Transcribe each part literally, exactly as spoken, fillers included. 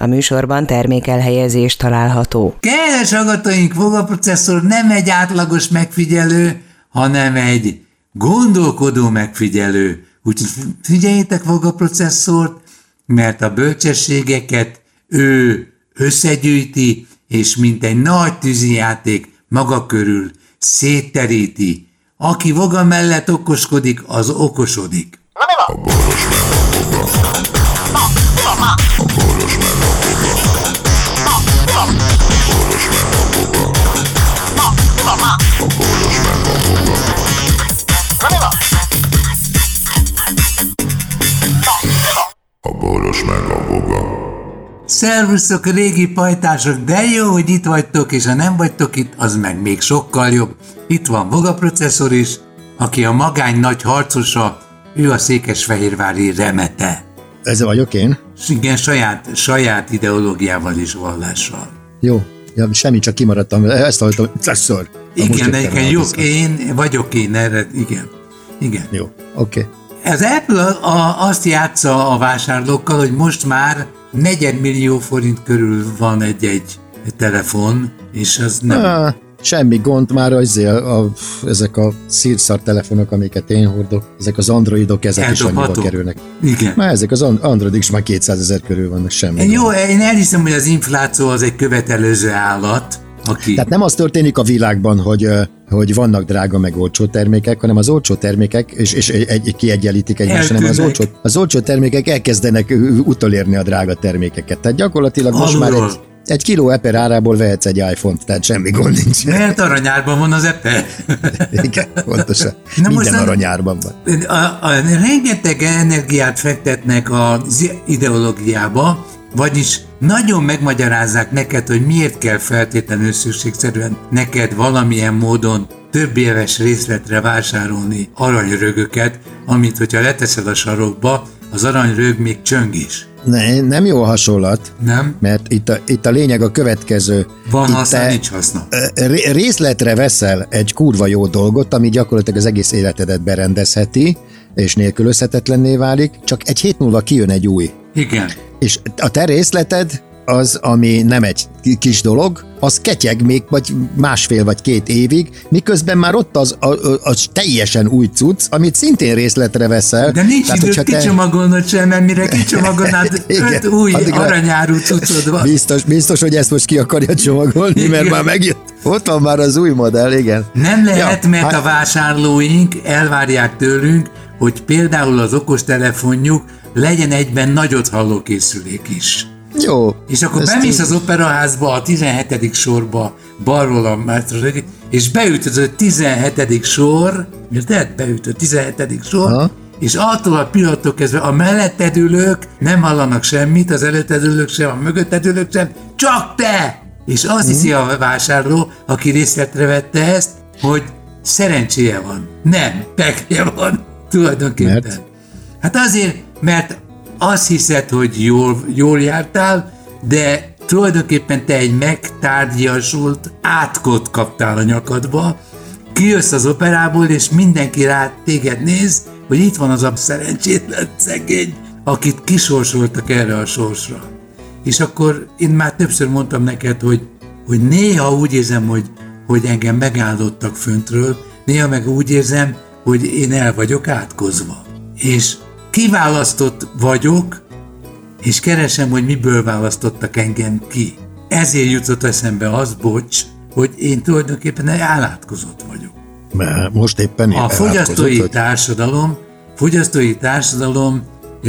műsorban termékelhelyezés található. Kedves hallgatóink, Voga processzor nem egy átlagos megfigyelő, hanem egy gondolkodó megfigyelő. Úgyhogy figyeljétek Voga processzort, mert a bölcsességeket ő összegyűjti, és mint egy nagy tűzijáték maga körül szétteríti. Aki Voga mellett okoskodik, az okosodik. Na mi van? A boros meg a Voga. Na, mi van már? A boros meg a Voga. Na, mi van? A boros meg a Voga. Na, mi van már? A boros meg a Voga. Na mi van? Na, mi van? A boros meg a Voga. Szervuszok, régi pajtások, de jó, hogy itt vagytok, és ha nem vagytok itt, az meg még sokkal jobb. Itt van Voga processzor is, aki a magány nagy harcosa, ő a székesfehérvári Remete. Ez vagyok én? Igen, saját, saját ideológiával és vallással. Jó, ja, semmi, csak kimaradtam, ezt hallottam, processzor. Igen, egyébként jó, én vagyok én erre, igen. Igen. Jó, oké. Okay. Az Apple a, azt játsza a vásárlókkal, hogy most már negyedmillió forint körül van egy-egy telefon, és az nem... Ah, semmi gond, már azért a, a, ezek a szírszar telefonok, amiket én hordok, ezek az androidok, ezek is annyiba kerülnek. Igen. Már ezek az androidok is már kétszázezer körül vannak, semmi Jó, gond. Én elhiszem, hogy az infláció az egy követelőző állat, aki... Tehát nem az történik a világban, hogy, hogy vannak drága meg olcsó termékek, hanem az olcsó termékek, és, és egy, egy, kiegyenlítik egymást, hanem az olcsó, az olcsó termékek elkezdenek utolérni a drága termékeket. Tehát gyakorlatilag most Alulról. már egy, egy kiló Eper árából vehetsz egy iPhone-t, tehát semmi gond nincs. Mert aranyárban van az Eper. Igen, pontosan. Na minden aranyárban van. A, a, rengeteg energiát fektetnek az ideológiába, vagyis nagyon megmagyarázzák neked, hogy miért kell feltétlenül szükségszerűen neked valamilyen módon több éves részletre vásárolni aranyrögöket, amit hogyha leteszed a sarokba, az aranyrög még csöng is. Ne, nem jó a hasonlat. Nem? Mert itt a, itt a lényeg a következő. Van haszna, nincs haszna. Részletre veszel egy kurva jó dolgot, ami gyakorlatilag az egész életedet berendezheti, és nélkülözhetetlenné válik, csak egy hét múlva kijön egy új. Igen. És a te részleted az, ami nem egy kis dolog, az ketyeg még vagy másfél vagy két évig, miközben már ott az, az, az teljesen új cucc, amit szintén részletre veszel. De nincs időt te... kicsomagolnod sem, mert mire kicsomagolnád, öt új aranyárú cuccod van. Biztos, biztos, hogy ezt most ki akarja csomagolni, igen. Mert már megjött. Ott van már az új modell, igen. Nem lehet, ja, mert hát... a vásárlóink elvárják tőlünk, hogy például az okostelefonjuk legyen egyben nagyothalló készülék is. Jó. És akkor bemész az operaházba, a tizenhetedik sorba, balról a második, és beütöd a tizenhetedik sor, érted? Beütöd a tizenhetedik sor, ha? És attól a pillanattól kezdve a melletted ülők nem hallanak semmit, az előtted ülők sem, a mögötted ülők sem, csak te! És azt hmm. hiszi a vásárló, aki részletre vette ezt, hogy szerencséje van. Nem, pekje van, tulajdonképpen. Mert? Hát azért, mert azt hiszed, hogy jól, jól jártál, de tulajdonképpen te egy megtárgyasult átkot kaptál a nyakadba, kijössz az operából, és mindenki rá téged néz, hogy itt van az a szerencsétlen szegény, akit kisorsoltak erre a sorsra. És akkor én már többször mondtam neked, hogy, hogy néha úgy érzem, hogy, hogy engem megáldottak föntről, néha meg úgy érzem, hogy én el vagyok átkozva. És kiválasztott vagyok, és keresem, hogy miből választottak engem ki. Ezért jutott eszembe az, bocs, hogy én tulajdonképpen egy elátkozott vagyok. Mert most éppen A fogyasztói társadalom, fogyasztói társadalom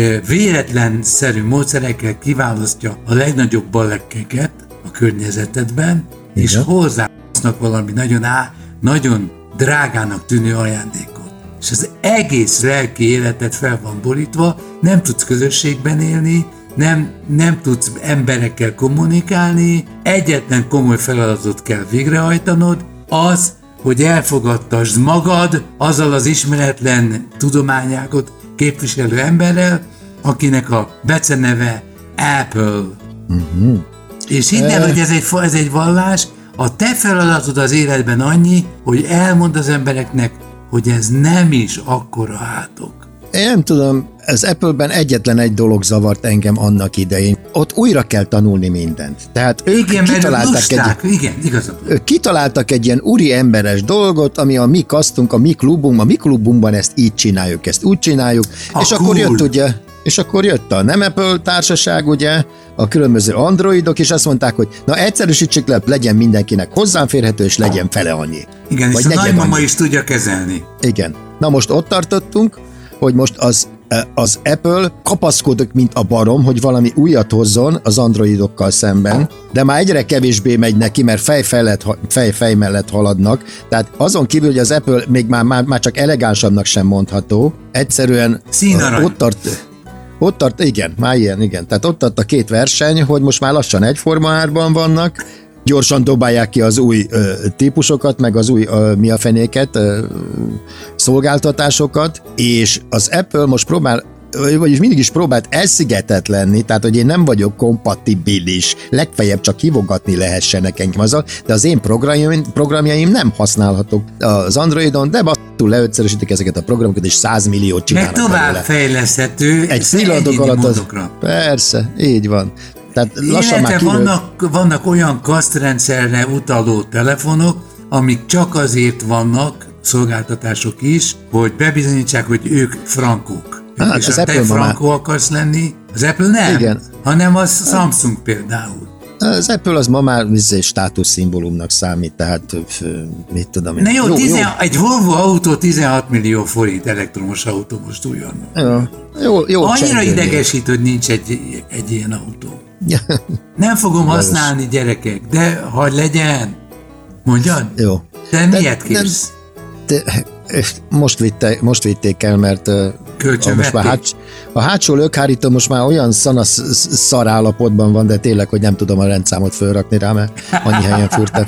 véletlenszerű módszerekkel kiválasztja a legnagyobb balekkeket a környezetedben, igen. És hozzásznak valami nagyon, á, nagyon drágának tűnő ajándékot. És az egész lelki életed fel van borítva, nem tudsz közösségben élni, nem, nem tudsz emberekkel kommunikálni, egyetlen komoly feladatot kell végrehajtanod, az, hogy elfogadtasd magad azzal az ismeretlen tudományágot képviselő emberrel, akinek a beceneve Apple. Uh-huh. És hidd el, hogy ez egy, ez egy vallás, a te feladatod az életben annyi, hogy elmondd az embereknek, hogy ez nem is akkora átok. Én nem tudom, az Apple-ben egyetlen egy dolog zavart engem annak idején. Ott újra kell tanulni mindent. Tehát ők igen, kitaláltak egy, igen, igazad. Ők kitaláltak egy ilyen úri emberes dolgot, ami a mi kasztunk, a mi klubunkban, a mi klubunkban ezt így csináljuk, ezt úgy csináljuk, a és cool. akkor jött ugye, és akkor jött a nem Apple társaság, ugye, a különböző androidok, és azt mondták, hogy na egyszerűsítsük le, legyen mindenkinek hozzáférhető, és legyen fele annyi. Igen, vagy és a nagymama is tudja kezelni. Igen. Na most ott tartottunk, hogy most az, az Apple kapaszkodik, mint a barom, hogy valami újat hozzon az androidokkal szemben, de már egyre kevésbé megy neki, mert fej, felett, fej, fej mellett haladnak. Tehát azon kívül, hogy az Apple még már, már, már csak elegánsabbnak sem mondható, egyszerűen Színarany. ott tart... Ott tart, igen, már ilyen, igen. Tehát ott tart a két verseny, hogy most már lassan egyforma árban vannak, gyorsan dobálják ki az új ö, típusokat, meg az új ö, mi a fenéket, ö, szolgáltatásokat, és az Apple most próbál, vagyis mindig is próbált elszigetelt lenni, tehát hogy én nem vagyok kompatibilis, legfeljebb csak hívogatni lehessenek engem azzal, de az én programjaim, programjaim nem használhatók az Androidon, de basszul leegyszerűsítik ezeket a programokat, és száz milliót csinálnak. Meg tovább fejleszthető egy pillanatok alatt az, persze, így van. Tehát lassan már kívül... vannak, vannak olyan kasztrendszerre utaló telefonok, amik csak azért vannak, szolgáltatások is, hogy bebizonyítsák, hogy ők frankók. Hát, és az ha te frankó már... akarsz lenni, az Apple nem, igen. hanem az Samsung például. Az Apple az ma már státuszszimbólumnak számít, tehát mit tudom én. Na jó, jó, tizen, jó. egy Volvo autó tizenhat millió forint elektromos autó most újon. Jó, jó, jó. Annyira idegesít, hogy nincs egy, egy ilyen autó. Nem fogom használni, gyerekek, de ha legyen, mondjad? Jó. De miért kérsz? De, de, most, vitte, most vitték el, mert a, most már háts, a hátsó lökhárító most már olyan szanasz, szar állapotban van, de tényleg, hogy nem tudom a rendszámot fölrakni rá, mert annyi helyen fürtem.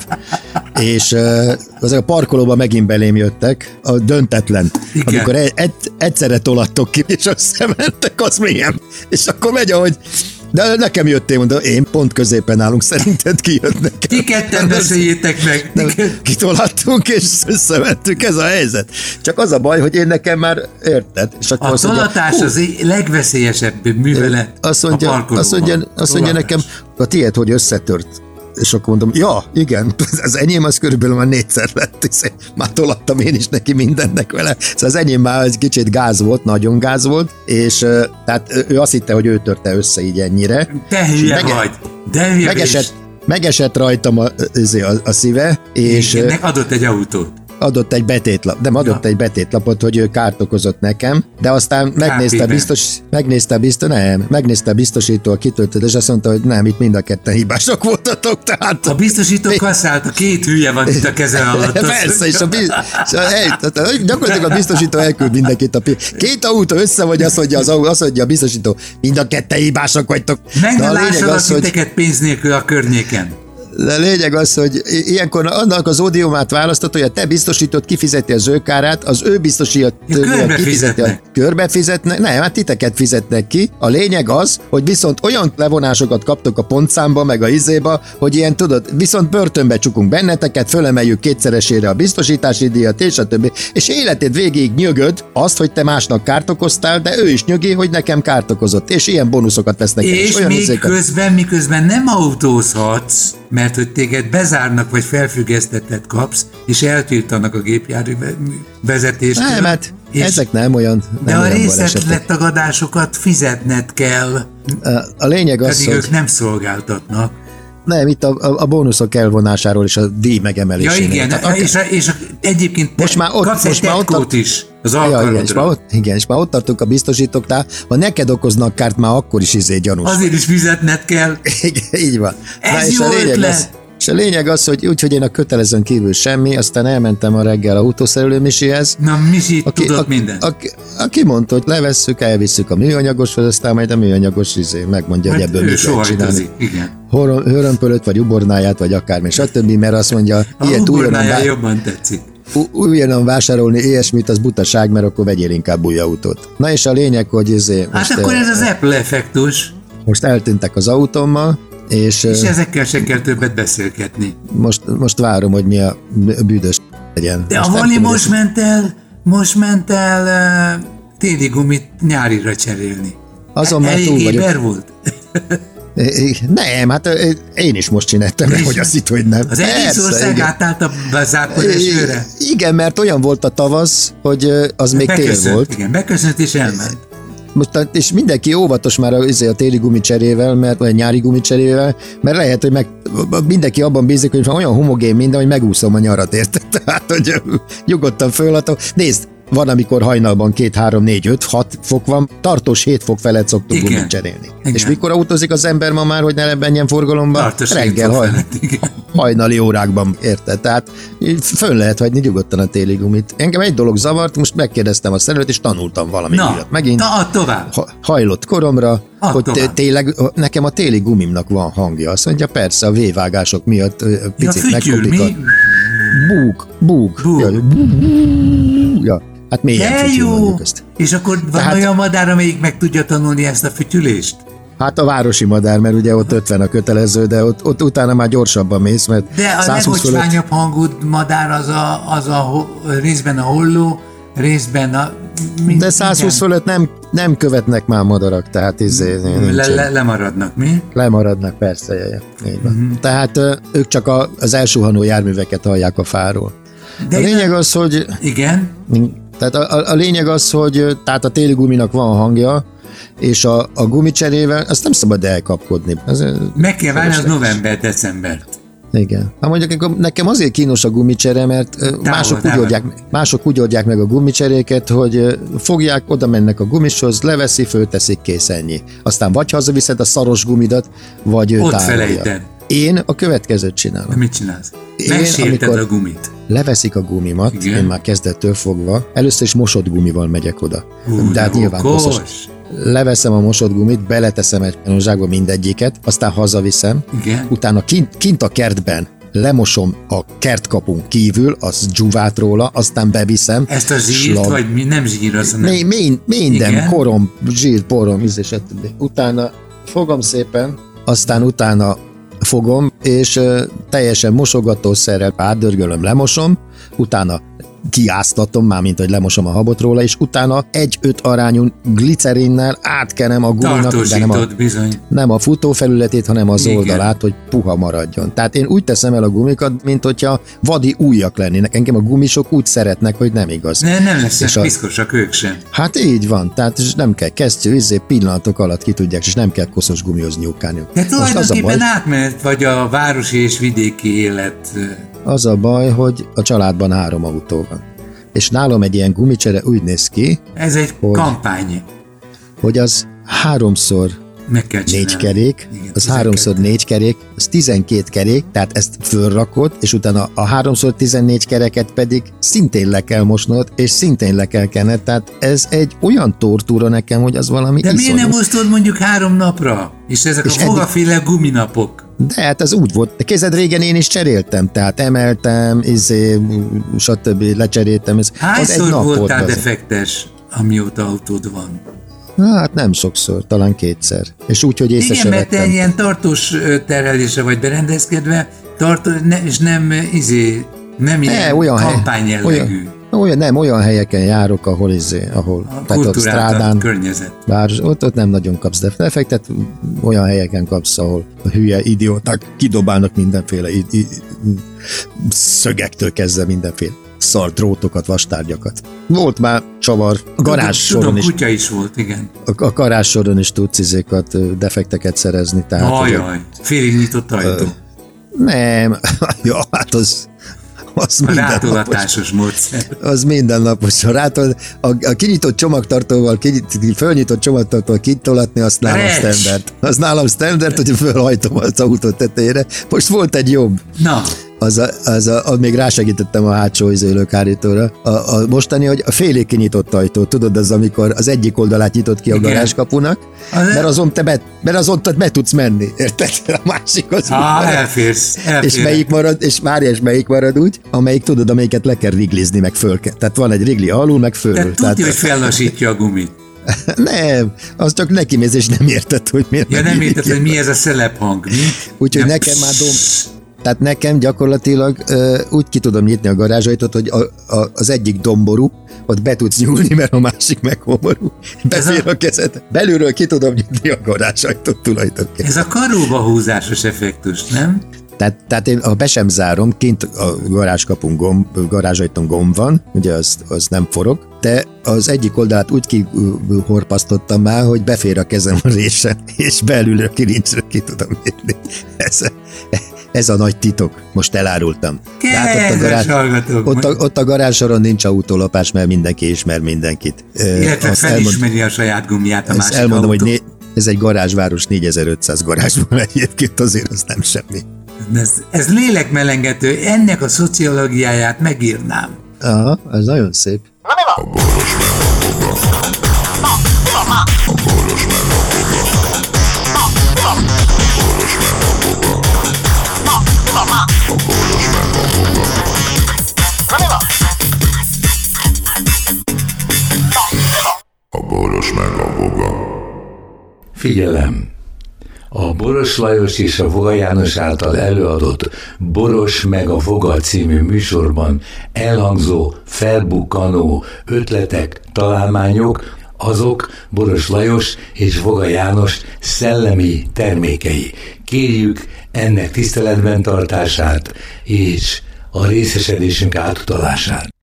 És azok a parkolóban megint belém jöttek, a döntetlen. Igen. Amikor egy, egy, egyszerre tolattok ki, és összementek, az milyen. És akkor megy, ahogy de nekem jöttél, mondom, én pont középen állunk, szerinted ki jött nekem. Ti ketten beszéljétek meg. Kitolattunk és összementünk, ez a helyzet. Csak az a baj, hogy én nekem már érted. És akkor a tolatás mondja, az legveszélyesebb művelet azt mondja, a parkolóban. Azt mondja, azt mondja nekem, a tiéd, hogy összetört. És akkor mondom, ja, igen, az enyém az körülbelül már négyszer lett, már tolattam én is neki mindennek vele. Szóval az enyém már egy kicsit gáz volt, nagyon gáz volt, és tehát ő azt hitte, hogy ő törte össze így ennyire. Te hülye mege- vagy, de hülye megesett, megesett rajtam a, a, a szíve, és... Igen, adott egy autót. Adott egy betétlap, nem adott ja. egy betétlapot, hogy ő kárt okozott nekem, de aztán megnézte biztos, megnézte biztos, nem, megnézte biztosító a kitöltőt, és azt mondta, hogy nem, itt mind a ketten hibások voltatok, tehát... A biztosító kasszált, a két hülye van itt a keze alatt. Persze, és a, biz... gyakorlatilag a biztosító elküld mindenkit a pi... Két autó össze, vagy azt mondja, az, azt mondja a biztosító, mind a ketten hibások vagytok. Meg ne lássanak titeket hogy... pénz nélkül a környéken. De a lényeg az, hogy ilyenkor annak az ódiumát választott, hogy a te biztosított kifizeti az ő kárát, az ő biztosított ja, kifizeti a körbe fizetnek, nem, hát titeket fizetnek ki. A lényeg az, hogy viszont olyan levonásokat kaptok a pontszámba, meg a izéba, hogy ilyen tudod, viszont börtönbe csukunk benneteket, fölemeljük kétszeresére a biztosítási díjat, és a többi. És életed végig nyögöd azt, hogy te másnak kárt okoztál, de ő is nyögi, hogy nekem kárt okozott. És ilyen bónuszokat vesznek. És, és olyan még izéket... közben, miközben nem autózhatsz, mert hogy téged bezárnak, vagy felfüggesztettet kapsz, és eltiltanak a gépjármű vezetéstől. Nem, hát ezek nem olyan De nem a részlettagadásokat fizetned kell. A, a lényeg az, pedig hogy... ők nem szolgáltatnak. Nem, itt a, a, a bónuszok elvonásáról és a díj megemelésénél. Ja igen, Tehát, és, a, és a, egyébként most már ott, kapsz most egy már ott tart... is az alkalmadra. Ja, igen, és már ott, igen, és már ott tartunk a biztosítóknál, ha neked okoznak kárt, már akkor is izé gyanús. Azért is fizetned kell. Igen, így van. Ez Na, és jó a lényeg ötlet. Az, és a lényeg az, hogy úgy, hogy én a kötelezőn kívül semmi, aztán elmentem a reggel autószerelő Misihez. Na, Misi, aki, tudod a, mindent. Aki, aki mondta, hogy levesszük, elvisszük a műanyagoshoz, aztán majd a műanyagos izé megmondja, hát hogy ebből mit lehet csinálni. Igen. Hőrömpölöt, vagy ubornáját, vagy akármi, stb. Mert azt mondja, a ilyet ubornája bá... jobban tetszik. Újonnan vásárolni ilyesmit, az butaság, mert akkor vegyél inkább új autót. Na és a lényeg, hogy izé... Hát akkor ez az Apple effektus. Most eltűntek az autómmal, és... És ezekkel se kell többet beszélgetni. Most, most várom, hogy mi a bűdös legyen. De most a Vali most ment el, most ment el uh, téli gumit nyárira cserélni. Azon már túl vagyok. Elég volt? Nem, hát én is most csináltam, is hogy azt itt, hogy nem. Az egész ország átállt a záporesőre? Igen, mert olyan volt a tavasz, hogy az még tél volt. Igen, beköszönt és elment. Most, és mindenki óvatos már a, a téli gumicserével, mert, vagy a nyári gumicserével, mert lehet, hogy meg, mindenki abban bízik, hogy olyan homogén minden, hogy megúszom a nyarat, érted? Tehát, hogy nyugodtan fölhatom. Nézd, van, amikor hajnalban két, három, négy, öt, hat fok van, tartós hét fok felett szoktunk igen. gumit cserélni. Igen. És mikor autózik az ember ma már, hogy ne menjen forgalomba? Tartós reggel haj, hajnali órákban, érted? Tehát föl lehet hagyni nyugodtan a téli gumit. Engem egy dolog zavart, most megkérdeztem a szerelőt, és tanultam valami Na, újat. Megint na, add tovább. Ha, hajlott koromra, Add hogy tovább. tényleg nekem a téli gumimnak van hangja. Azt mondja, persze, a V-vágások miatt picit ja, megkopik a... Búg, búg. Búg. Ja, búg. Ja. Hát mélyen fütyül mondjuk ezt. És akkor van Tehát, olyan madár, amelyik meg tudja tanulni ezt a fütyülést? Hát a városi madár, mert ugye ott ötven a kötelező, de ott, ott utána már gyorsabban mész, mert De a legocsványabb hangú madár az a, az a ho, részben a holló, részben a... Mind, de százhúsz fölött nem, nem követnek már madarak, tehát izé, le, le, lemaradnak, mi? Lemaradnak, persze, jaj, így van. Uh-huh. Tehát ők csak a, az elsuhanó járműveket hallják a fáról. De a lényeg az, hogy... Igen? Tehát a, a, a lényeg az, hogy tehát a téli guminak van hangja, és a, a gumicserével azt nem szabad elkapkodni. Ez, meg kell várni az november-decembert. Igen. Hát mondjuk nekem azért kínos a gumicsere, mert mások úgy, oldják, mások úgy oldják meg a gumicseréket, hogy fogják, oda mennek a gumishoz, leveszi, fölteszik, kész, ennyi. Aztán vagy hazaviszed a szaros gumidat, vagy ő ott tárolja. felejted. Én a következőt csinálom. De mit csinálsz? Megsérted a gumit. Leveszik a gumimat, igen. Én már kezdettől fogva, először is mosott gumival megyek oda. Hú, de hát nyilván koszos. Leveszem a mosott gumit, beleteszem egy zsákba mindegyiket, aztán hazaviszem, igen. Utána kint, kint a kertben lemosom a kertkapun kívül, az dzsuvát róla, aztán beviszem. Ezt a zsírt, slag... vagy mi nem zsír, az nem? Mi, mi, minden, igen? Korom, zsír, porom, íz és stb. Utána fogom szépen, aztán utána fogom, és uh, teljesen mosogatószerrel átdörgölöm, lemosom, utána kiáztatom, mármint, hogy lemosom a habot róla, és utána egy-öt arányú glicerinnel átkenem a guminak, de nem a, bizony. nem a futófelületét, hanem az igen. oldalát, hogy puha maradjon. Tehát én úgy teszem el a gumikat, mint hogyha vadi újak lennének. Engem a gumisok úgy szeretnek, hogy nem igaz. Ne, nem lesznek piszkosak ők sem. Hát így van, tehát nem kell kesztyű, izé, pillanatok alatt ki tudják, és nem kell koszos gumihoz nyúlkálni. De tulajdonképpen átmenet vagy a városi és vidéki élet. Az a baj, hogy a családban három autó van. És nálam egy ilyen gumicsere úgy néz ki, ez egy hogy, kampány. Hogy az háromszor meg kell négy kerék, igen, az háromszor négy kerék, az tizenkét kerék, tehát ezt fölrakod, és utána a háromszor tizennégy kereket pedig szintén le kell mosnod, és szintén le kell kenned, tehát ez egy olyan tortúra nekem, hogy az valami de iszonyú. Miért nem osztod mondjuk három napra? És ezek és a fogaféle eddig... guminapok. De hát ez úgy volt. De kézed régen én is cseréltem, tehát emeltem, izé, stb. Lecseréltem. Ez, hányszor az egy nap voltál volt defektes, amióta autód van? Hát nem sokszor, talán kétszer. És úgy, hogy észre igen, mert te ilyen tartós terhelésre vagy berendezkedve, tartó, ne, és nem izé, nem ilyen ne, olyan kampányjellegű. Olyan, olyan, nem, olyan helyeken járok, ahol izé, ahol a tehát ott strádán, környezet. Bár ott, ott nem nagyon kapsz defektet, olyan helyeken kapsz, ahol a hülye idióták kidobálnak mindenféle i, i, szögektől kezdve mindenféle szar drótokat, vastárgyakat. Volt már csavar, a garázs soron is. Kutya is volt, igen. A, a garázs soron is tudsz izékat, defekteket szerezni. Tehát, Ajaj, félig nyitott ajtó. Ö, nem, ja, hát az... Az a rátolatásos módszer. Az mindennapos. A, rátol, a, a kinyitott csomagtartóval, kinyit, fölnyitott csomagtartóval kitolatni, azt nálam standard. Az nálam standard, hogy fölhajtom az autó tetejére. Most volt egy jobb. Na. Az, a, az, a, az még rásegítettem a hátsó izélőkárítóra. A, a mostani, hogy a félig kinyitott ajtó, tudod, az amikor az egyik oldalát nyitott ki a garázskapunak, mert azon te be, mert azon te be tudsz menni, érted? A másik az ah, elférsz, elférsz. És melyik marad, és várj, és melyik marad úgy, amelyik tudod, amelyiket le kell riglizni, meg föl kell. Tehát van egy rigli alul, meg fölül. Tehát tudja, tehát, hogy fellassítja a gumit. Nem, az csak neki mész, és nem érted, hogy miért. Ja, nem érted, hogy mi ez a szelephang, mi? Úgyhogy nekem már dom... Tehát nekem gyakorlatilag ö, úgy ki tudom nyitni a garázsajtót, hogy a, a, az egyik domború, ott be tudsz nyúlni, mert a másik meg homorú. Befér a, a kezed. Belülről ki tudom nyitni a garázsajtót tulajdonképpen. Ez a karóba húzásos effektus, nem? Tehát, tehát én, ha be sem zárom, kint a garázskapun gomb, garázsajtón gomb van, ugye az, az nem forog, de az egyik oldalát úgy kihorpasztottam már, hogy befér a kezem a résen, és belülről kirincsről ki tudom nyitni. Ez, ez a nagy titok. Most elárultam. Hát ott, a garázs, ott, a, ott a garázssoron nincs autólopás, mert mindenki ismer mindenkit. Illetve felismeri elmond, a saját gumiját a másik elmondom, autó. hogy né, ez egy garázsváros, négyezer-ötszáz garázsban egyébként, azért az nem semmi. Ez, ez lélekmelengető, ennek a szociológiáját megírnám. Aha, ez nagyon szép. A boros meg a boga. A boros meg a boga. A boros meg a boga. A boros meg a boga. A boros meg a boga. Figyelem! A Boros Lajos és a Voga János által előadott Boros meg a Voga című műsorban elhangzó, felbukkanó ötletek, találmányok, azok Boros Lajos és Voga János szellemi termékei. Kérjük ennek tiszteletben tartását és a részesedésünk átutalását.